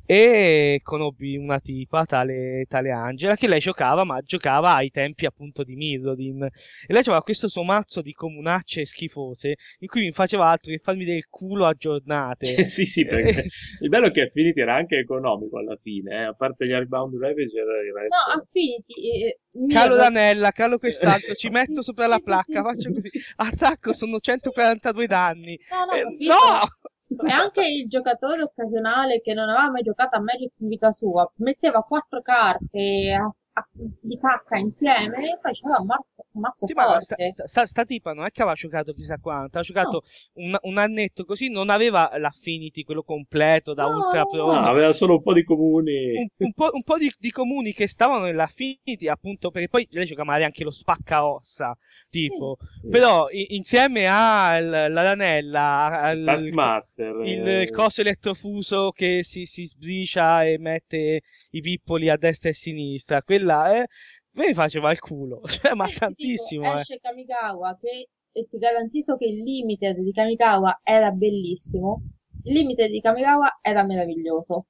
E conobbi una tipa, tale Angela, che lei giocava, ma giocava ai tempi appunto di Mirrodin. E lei aveva questo suo mazzo di comunacce schifose in cui mi faceva altro che farmi del culo a giornate. Sì, perché il bello è che Affinity era anche economico alla fine, a parte gli Hardbound Ravager, il no, resto... Affinity Calo Mirror. l'anella, calo quest'altro, ci metto sopra la Sì, sì, placca, sì. faccio così. Attacco, sono 142 danni. No, No! capito, ma e anche il giocatore occasionale che non aveva mai giocato a Magic in vita sua, metteva quattro carte di pacca insieme e poi c'era un mazzo Sì, ma forte. sta tipa non è che aveva giocato chissà quanto, ha No, giocato un annetto così, non aveva l'Affinity, quello completo da no, Ultra no, No, Pro, no. aveva solo un po' di comuni. un po' di comuni che stavano nell'Affinity, appunto, perché poi lei gioca magari anche lo spaccaossa, Sì. tipo, però insieme alla ranella, Taskmaster. il coso elettrofuso che si sbricia e mette i pippoli a destra e a sinistra, quella è... Me mi faceva il culo, cioè, ma Ti dico, tantissimo, esce Kamigawa e ti garantisco che il limited di Kamigawa era bellissimo. Il limited di Kamigawa era meraviglioso.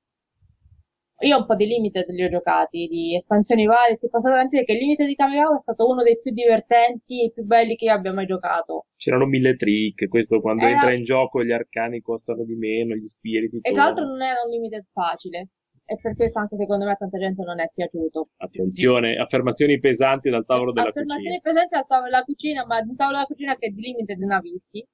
Io un po' di limited li ho giocati, di espansioni varie, ti posso garantire che il limited di Kamigawa è stato uno dei più divertenti e più belli che io abbia mai giocato. C'erano 1000 trick, questo quando Era, entra in gioco gli arcani costano di meno, gli spiriti e tra l'altro tornano. non era un limited facile. E per questo anche secondo me a tanta gente non è piaciuto. Attenzione, affermazioni pesanti dal tavolo della Affermazioni cucina. presenti al tavolo della cucina, ma un tavolo della cucina che di limited ne ha visti.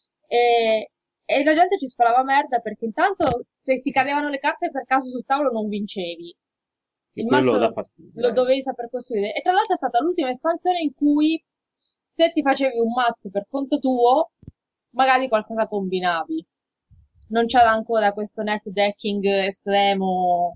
E, e la gente ci sparava merda perché intanto se ti cadevano le carte per caso sul tavolo non vincevi. E Il quello mazzo dà fastidio. lo dovevi saper costruire. E tra l'altro è stata l'ultima espansione in cui se ti facevi un mazzo per conto tuo, magari qualcosa combinavi. Non c'era ancora questo net decking estremo.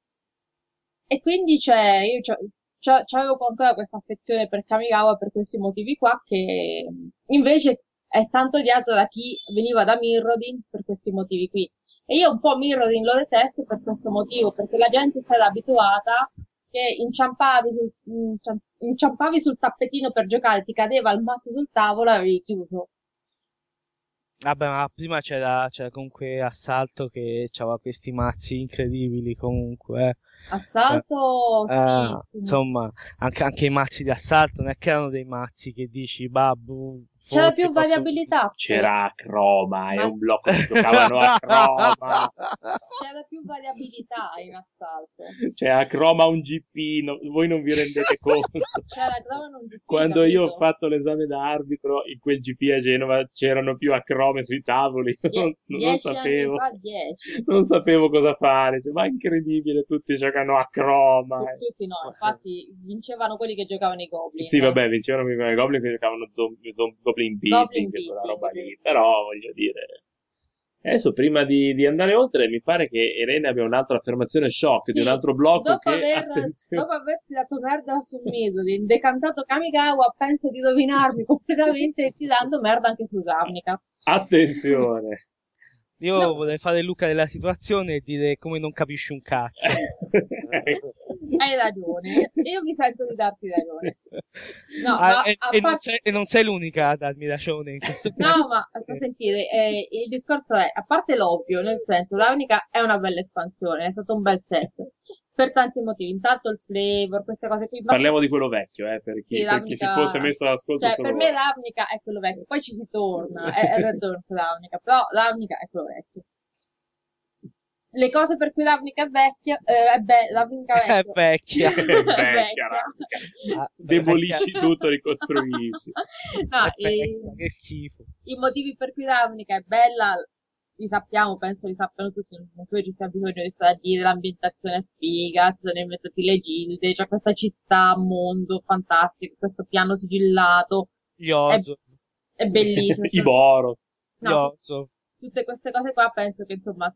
E quindi io c'avevo ancora questa affezione per Kamigawa per questi motivi qua, che invece è tanto odiato da chi veniva da Mirrodin per questi motivi qui. E io un po' Mirrodin lo detesto per questo motivo, perché la gente si era abituata che inciampavi sul tappetino per giocare, ti cadeva il mazzo sul tavolo e avevi chiuso. Vabbè, ma prima c'era comunque Assalto che aveva questi mazzi incredibili comunque. Assalto, sì. Insomma, anche i mazzi di assalto non è che erano dei mazzi che dici, babbo, C'era forse più variabilità. C'era Acroma, è Ma- un blocco che giocavano a Croma. C'era più variabilità in assalto. Cioè a Croma un GP, voi non vi rendete conto. C'era Croma non GP, Quando io ho capito? fatto l'esame da arbitro in quel GP a Genova c'erano più acrome sui tavoli, non 10 sapevo. anni fa, 10. Non sapevo cosa fare, cioè, ma è incredibile, tutti giocano a Croma. Tutti no, infatti vincevano quelli che giocavano i Goblin. Sì, vabbè, vincevano con i Goblin che giocavano Goblin Goblin Beating, quella roba lì, Beating. però voglio dire. Adesso prima di andare oltre, mi pare che Irene abbia un'altra affermazione shock di un Sì, altro blocco dopo che, attenzione, dopo averti dato merda su Midori, decantato Kamigawa, penso di rovinarmi completamente tirando merda anche su Ravnica. attenzione. Io No. vorrei fare Luca della situazione e dire come non capisci un cazzo. Hai ragione, io mi sento di darti ragione. No, ma a parte- e non sei l'unica a darmi ragione in questo No, ma sta a sentire, il discorso è, a parte l'ovvio, nel senso, Ravnica è una bella espansione, è stato un bel set, per tanti motivi, intanto il flavor, queste cose qui, ma Parliamo di quello vecchio, per chi, sì, per chi si fosse messo all'ascolto cioè, solo per me Ravnica è quello vecchio, poi ci si torna, è il Return to Ravnica, però Ravnica è quello vecchio. Le cose per cui Ravnica è vecchia, Ravnica è vecchio. vecchia. È vecchia, Ravnica. Ah, Demolisci vecchia. tutto, ricostruisci. No, È vecchia, che schifo. i motivi per cui Ravnica è bella li sappiamo, penso li sappiano tutti, non credo ci sia bisogno di stare a dire l'ambientazione è figa, si sono inventati le gilde, c'è questa città, mondo fantastico, questo piano sigillato, Yozo. è bellissimo. I Boros. No, Yozo. tutte queste cose qua penso che insomma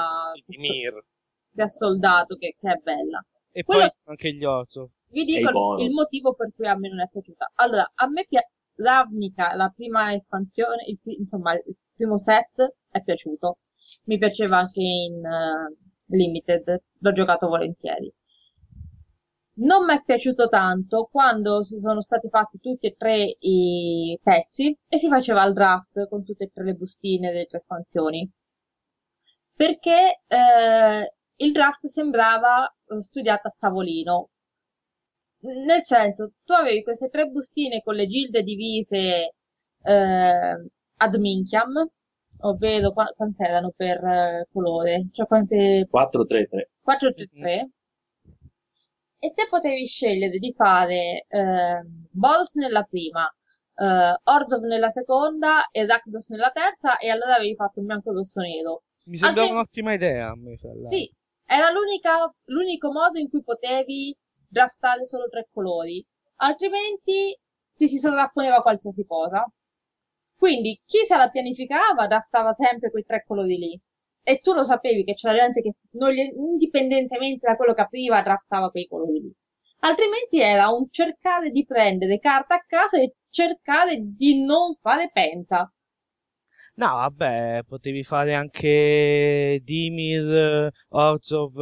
sia soldato che è bella. E Quello- poi anche gli Yozo. Vi E dico i bonus. il motivo per cui a me non è piaciuta. Allora, a me Ravnica, la prima espansione, insomma, il primo set è piaciuto. Mi piaceva anche in Limited, l'ho giocato volentieri. Non mi è piaciuto tanto quando si sono stati fatti tutti e tre i pezzi e si faceva il draft con tutte e tre le bustine delle tre espansioni. Perché il draft sembrava studiato a tavolino. Nel senso, tu avevi queste tre bustine con le gilde divise ad minchiam, ovvero quante erano per colore? Cioè quante 4-3-3. 4-3-3, e te potevi scegliere di fare Boros nella prima, Orzhov nella seconda e Rakdos nella terza, e allora avevi fatto un bianco rosso nero. Mi sembra Altri- un'ottima idea a me, fra l'altro. Sì, era l'unico modo in cui potevi draftare solo tre colori, altrimenti ti si sovrapponeva qualsiasi cosa. Quindi chi se la pianificava draftava sempre quei tre colori lì. E tu lo sapevi che c'era gente che indipendentemente da quello che apriva draftava quei colori lì. Altrimenti era un cercare di prendere carta a caso e cercare di non fare penta. No, vabbè, potevi fare anche Dimir, Orzhov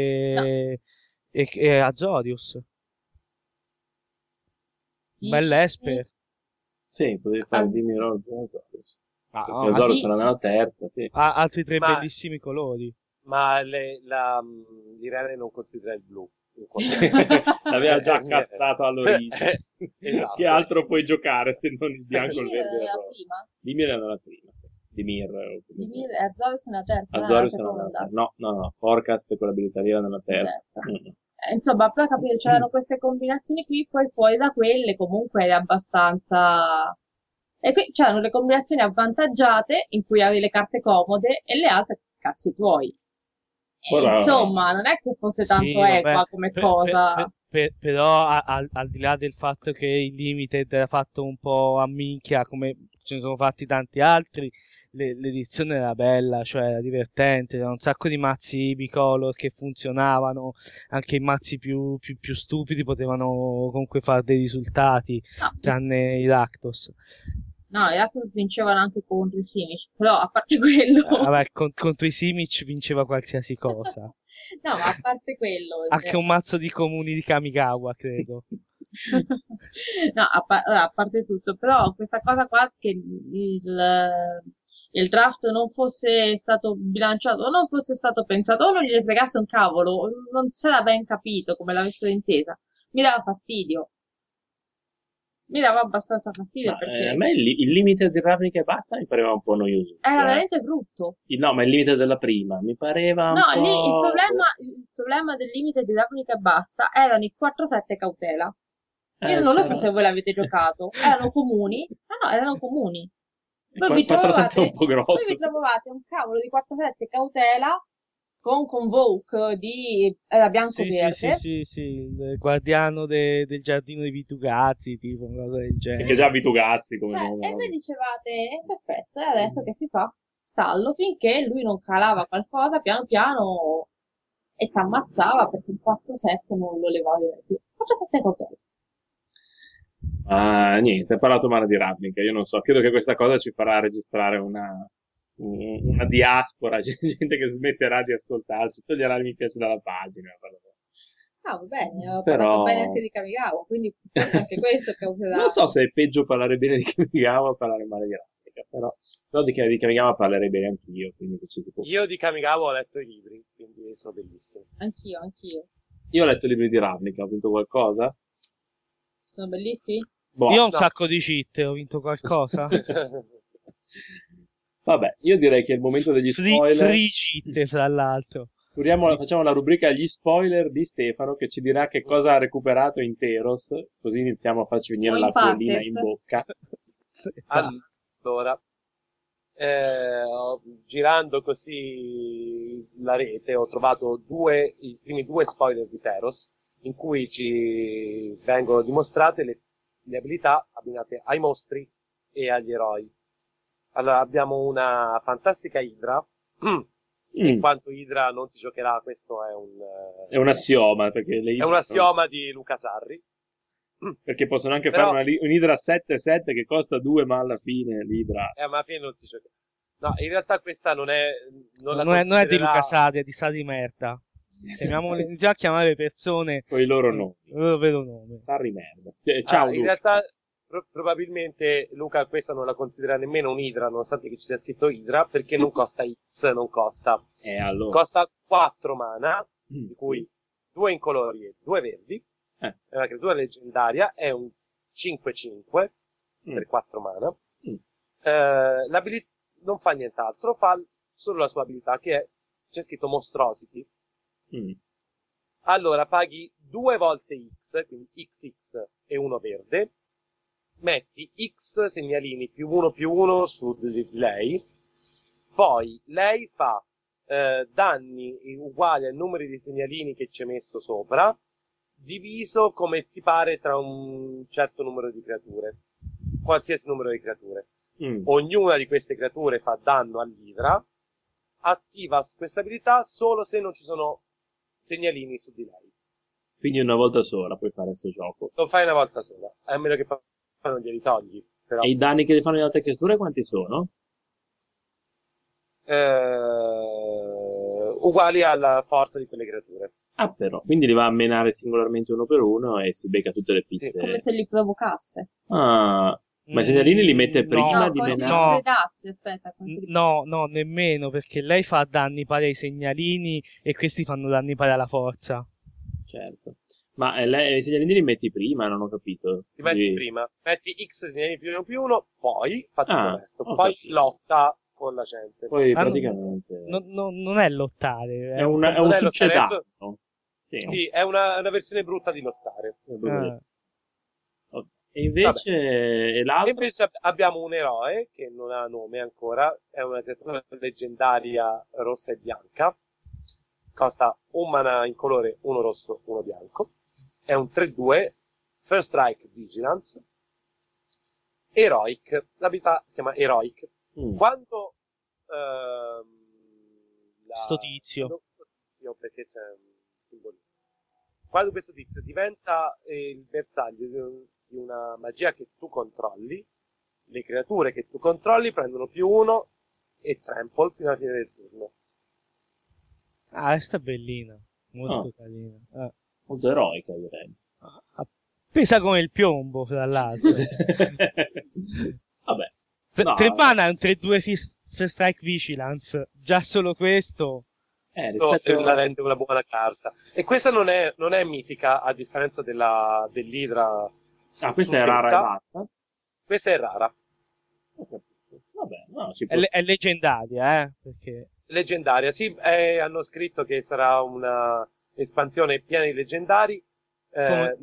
e Azorius. Bell'Esper. Sì, potevi fare Ah. Dimmi Azorius. Ah, Perché no, Azorius Di- era nella terza, sì. ha altri tre Ma- bellissimi colori. Ma l'Irene non considera il blu. in quanto- L'aveva già cassato all'origine. Esatto. Che altro puoi giocare se non il bianco, il Dimir verde e il era la rosso? prima, Dimir era la prima, sì. Dimir. come si Dimir chiama? e Azorius nella terza, non era la Azorius era nella seconda. terza. No. Forecast con l'abilità lì era nella terza. Terza. Mm. Insomma, per capire, c'erano queste combinazioni qui, poi fuori da quelle comunque era abbastanza. E qui c'erano le combinazioni avvantaggiate in cui avevi le carte comode e le altre cazzi tuoi. E Ora- insomma, non è che fosse tanto Sì, vabbè, equa come cosa. però al di là del fatto che il Limited era fatto un po' a minchia, come ce ne sono fatti tanti altri, l'edizione era bella, cioè era divertente, c'era un sacco di mazzi bicolor che funzionavano, anche i mazzi più stupidi potevano comunque fare dei risultati, No, tranne i Rakdos. no, i Rakdos vincevano anche contro i Simic, però a parte quello. Vabbè, contro i Simic vinceva qualsiasi cosa. No, ma a parte quello. Anche un mazzo di comuni di Kamigawa, credo. No, allora, a parte tutto, però questa cosa qua che il draft non fosse stato bilanciato o non fosse stato pensato o non gli fregasse un cavolo, o non si era ben capito come l'avessero intesa, mi dava fastidio. Mi dava abbastanza fastidio Ma a perché me il limite di Ravnica e basta mi pareva un po' noioso. era veramente brutto. No, ma il limite della prima mi pareva un No, lì po'. il problema del limite di Ravnica e basta erano i 4-7 cautela. Io non lo so se C'era. voi l'avete giocato, erano comuni? No, no, erano comuni. Voi vi 4-7 è un trovavate, po' voi vi grosso. trovavate un cavolo di 4-7 cautela con Convoke di era Sì, sì, sì, bianco-verde. sì, sì, il guardiano del giardino di Vitugazzi, tipo una cosa del Perché genere. già Vitugazzi come Cioè, nome, e voi vabbè. dicevate, perfetto, e adesso che si fa? Stallo finché lui non calava qualcosa, piano piano, e ti ammazzava perché il 4-7 non lo levavi più. 4-7 cautela. Ma niente, hai parlato male di Ravnica. Io non so, credo che questa cosa ci farà registrare una diaspora, gente che smetterà di ascoltarci, toglierà il mi piace dalla pagina. Ah, va bene, ho parlato bene Però anche di Kamigawa, quindi forse anche questo non causerà... so se è peggio parlare bene di Kamigawa o parlare male di Ravnica, però di Kamigawa parlerei bene anch'io, quindi che ci si può. Io di Kamigawa ho letto i libri, quindi sono bellissimi. Anch'io, anch'io. Io ho letto i libri di Ravnica, ho vinto qualcosa? Sono bellissimi? Boh. Io ho un No. sacco di cheat, ho vinto qualcosa? Vabbè, io direi che è il momento degli spoiler. Free cheat, fra l'altro. Facciamo la rubrica gli spoiler di Stefano che ci dirà che cosa ha recuperato in Teros, così iniziamo a farci venire O in l'acquolina partes. in bocca. Esatto. Allora, girando così la rete, ho trovato i primi due spoiler di Teros, in cui ci vengono dimostrate le abilità abbinate ai mostri e agli eroi. Allora, abbiamo una fantastica Idra. In quanto Idra non si giocherà, questo È un assioma, perché le è idre un assioma di Luca Sarri. perché possono anche Però- fare un'idra 7-7 che costa 2, ma alla fine l'idra. Ma alla fine non si gioca. No, in realtà questa non la Non è di considererà... Luca Sadi, è di Sadi Merda. Iniziamo a chiamare le persone Con i loro con nomi. il loro vero nome. Sarri merda. Ciao in Luca. realtà probabilmente Luca questa non la considera nemmeno un'idra, nonostante che ci sia scritto idra, perché non costa X, non costa. Allora. Costa 4 mana, di Sì. cui 2 incolori e 2 verdi. Eh. È una creatura leggendaria, è un 5-5 per 4 mana. L'abilità non fa nient'altro, fa solo la sua abilità, che è, c'è scritto Monstrosity. Allora paghi 2 volte X, quindi XX e 1 verde, metti X segnalini +1/+1 su di lei, poi lei fa danni uguali al numero di segnalini che ci hai messo sopra, diviso come ti pare tra un certo numero di creature, qualsiasi numero di creature. Ognuna di queste creature fa danno all'idra, attiva questa abilità solo se non ci sono segnalini su di lei. Quindi una volta sola puoi fare sto gioco. Lo fai una volta sola, a meno che poi non glieli togli. Però. E i danni che gli fanno le altre creature quanti sono? Uguali alla forza di quelle creature. Ah, però. Quindi li va a menare singolarmente uno per uno e si becca tutte le pizze. Come se li provocasse. Ah, ma i segnalini li mette No. prima No, di come se li menare? predasse, aspetta, come se li... No, nemmeno, perché lei fa danni pari ai segnalini e questi fanno danni pari alla forza. Certo. Ma i segnalini li metti prima, non ho capito. Li metti Sì. prima, metti X segnalini +1/+1, poi fa tutto il resto. ho Poi capito. lotta con la gente. Poi Ah, praticamente Non è lottare, è un non è lottare, succedato. Sì, Sì, è una versione brutta di lottare. sì, proprio Ah. Ok. E invece e E l'altro? invece abbiamo un eroe che non ha nome ancora, è una creatura leggendaria rossa e bianca, costa un mana in colore, uno rosso, uno bianco, è un 3/2, First Strike Vigilance, Heroic, l'abilità si chiama Heroic. Quando Sto tizio. no, sto tizio, perché c'è un simbolino. Quando questo tizio diventa il bersaglio di una magia che tu controlli, le creature che tu controlli prendono +1 e trample fino alla fine del turno. Ah, questa è bellina, molto carina. Molto eroica, direi. Pesa come il piombo, fra l'altro. Vabbè. No, 3 mana è un 3-2 First Strike Vigilance. Già solo questo. rispetto la rende una buona carta. E questa non è mitica, a differenza dell'Idra. questa è rara e basta. Questa è rara. Vabbè, no, È leggendaria, perché... Leggendaria, sì, hanno scritto che sarà una espansione piena di leggendari. Ha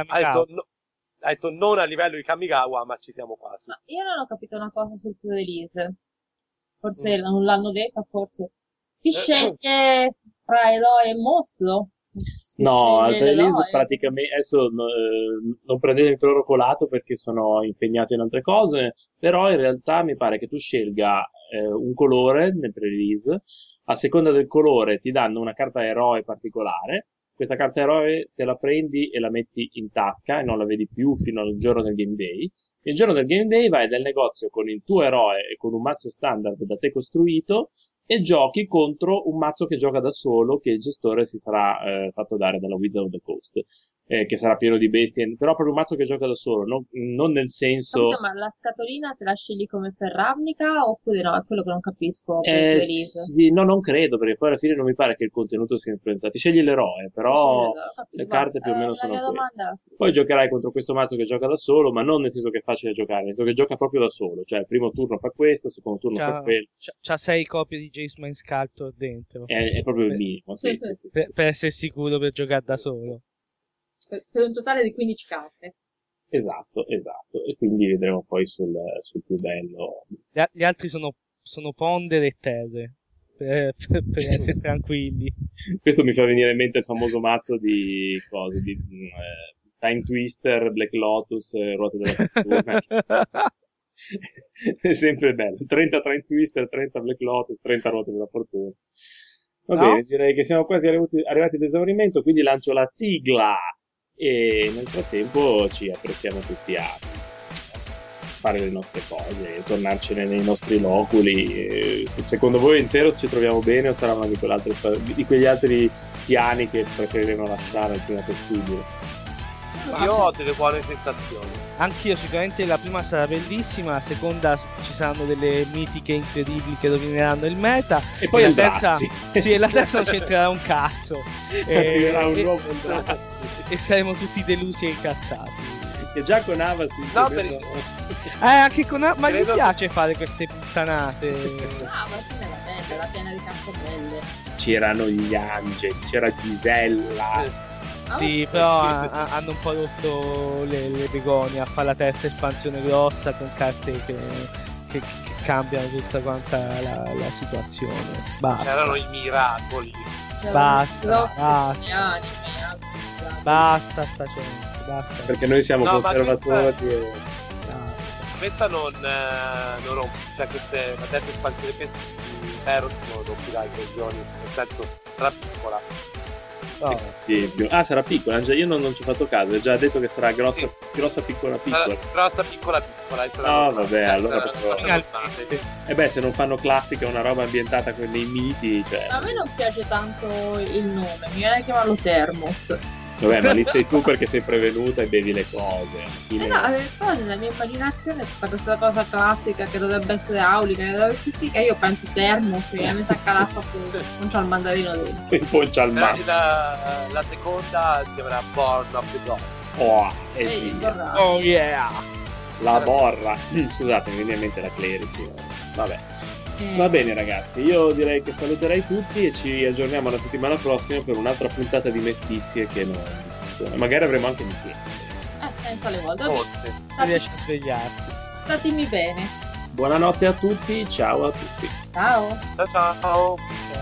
detto non a livello di Kamigawa, ma ci siamo quasi. Ma io non ho capito una cosa sul pre-release. Forse non l'hanno detta, forse. Si sceglie tra eroe e mostro? No, al sceglie pre-release l'eroe? praticamente adesso non prendetemi per oro colato perché sono impegnato in altre cose, però in realtà mi pare che tu scelga un colore nel pre-release, a seconda del colore ti danno una carta eroe particolare, questa carta eroe te la prendi e la metti in tasca e non la vedi più fino al giorno del game day. Il giorno del game day vai nel negozio con il tuo eroe e con un mazzo standard da te costruito e giochi contro un mazzo che gioca da solo che il gestore si sarà fatto dare dalla Wizard of the Coast, che sarà pieno di bestie, però proprio un mazzo che gioca da solo, non nel senso... Capito, ma la scatolina te la scegli come per Ravnica oppure no? È quello che non capisco per il release. Sì, no, non credo, perché poi alla fine non mi pare che il contenuto sia influenzato. Ti scegli l'eroe, però le carte più o meno sono quelle. Poi giocherai contro questo mazzo che gioca da solo, ma non nel senso che è facile giocare, nel senso che gioca proprio da solo. Cioè, il primo turno fa questo, il secondo turno fa quello. C'ha 6 copie di Jace Mind Sculptor dentro. È proprio il minimo, sì. Per essere sicuro per giocare da solo. Per un totale di 15 carte. Esatto. E quindi vedremo poi sul più bello. Gli altri sono Ponder e Terre. Per essere tranquilli. Questo mi fa venire in mente il famoso mazzo di cose, di Time Twister, Black Lotus, Ruote della Fortuna. È sempre bello. 30 Time Twister, 30 Black Lotus, 30 Ruote della Fortuna. Va bene, direi che siamo quasi arrivati ad esaurimento, quindi lancio la sigla e nel frattempo ci apprestiamo tutti a fare le nostre cose, tornarcene nei nostri loculi. Se secondo voi intero ci troviamo bene o sarà una di quegli altri piani che preferiremo lasciare il prima possibile? Io ho delle buone sensazioni. Anch'io, sicuramente la prima sarà bellissima, la seconda ci saranno delle mitiche incredibili che domineranno il meta e poi la terza sì, e la terza non c'entrerà un cazzo arriverà un nuovo e saremo tutti delusi e incazzati. Che già con Ava si anche con Ava, ma gli piace fare queste puttanate. Ma era piena di cazzo belle. C'erano gli angeli, c'era Gisella. Sì, però hanno un po' rotto le begonie a fare la terza espansione grossa con carte che cambiano tutta quanta la situazione. Basta. C'erano i miracoli. Basta sta gente, basta. Perché noi siamo conservatori questa non rompe, cioè la terza espansione di Eros non rompirà i coglioni, nel senso sarà piccola. Sarà piccola, io non ci ho fatto caso, hai già detto che sarà grossa, sì. Grossa piccola. Grossa piccola. Vabbè, allora proprio... se non fanno classica una roba ambientata con dei miti, cioè... A me non piace tanto il nome, mi viene a chiamarlo Thermos. Vabbè, ma lì sei tu perché sei prevenuta e bevi le cose. Però nella mia immaginazione tutta questa cosa classica che dovrebbe essere aulica, che dovrebbe essere figa, io penso Thermos, mi attacca l'acqua, non c'ha il mandarino dentro. E poi c'ha il mandarino. La seconda si chiamerà Born of the Gods. Oh yeah! La borra. Scusate, mi viene in mente la Clerici. Vabbè. Va bene ragazzi, io direi che saluterei tutti e ci aggiorniamo la settimana prossima per un'altra puntata di mestizie che magari avremo anche di tempo. Pensa alle volte. Si riesce a svegliarsi. Statemi bene. Buonanotte a tutti, ciao a tutti. Ciao. Ciao.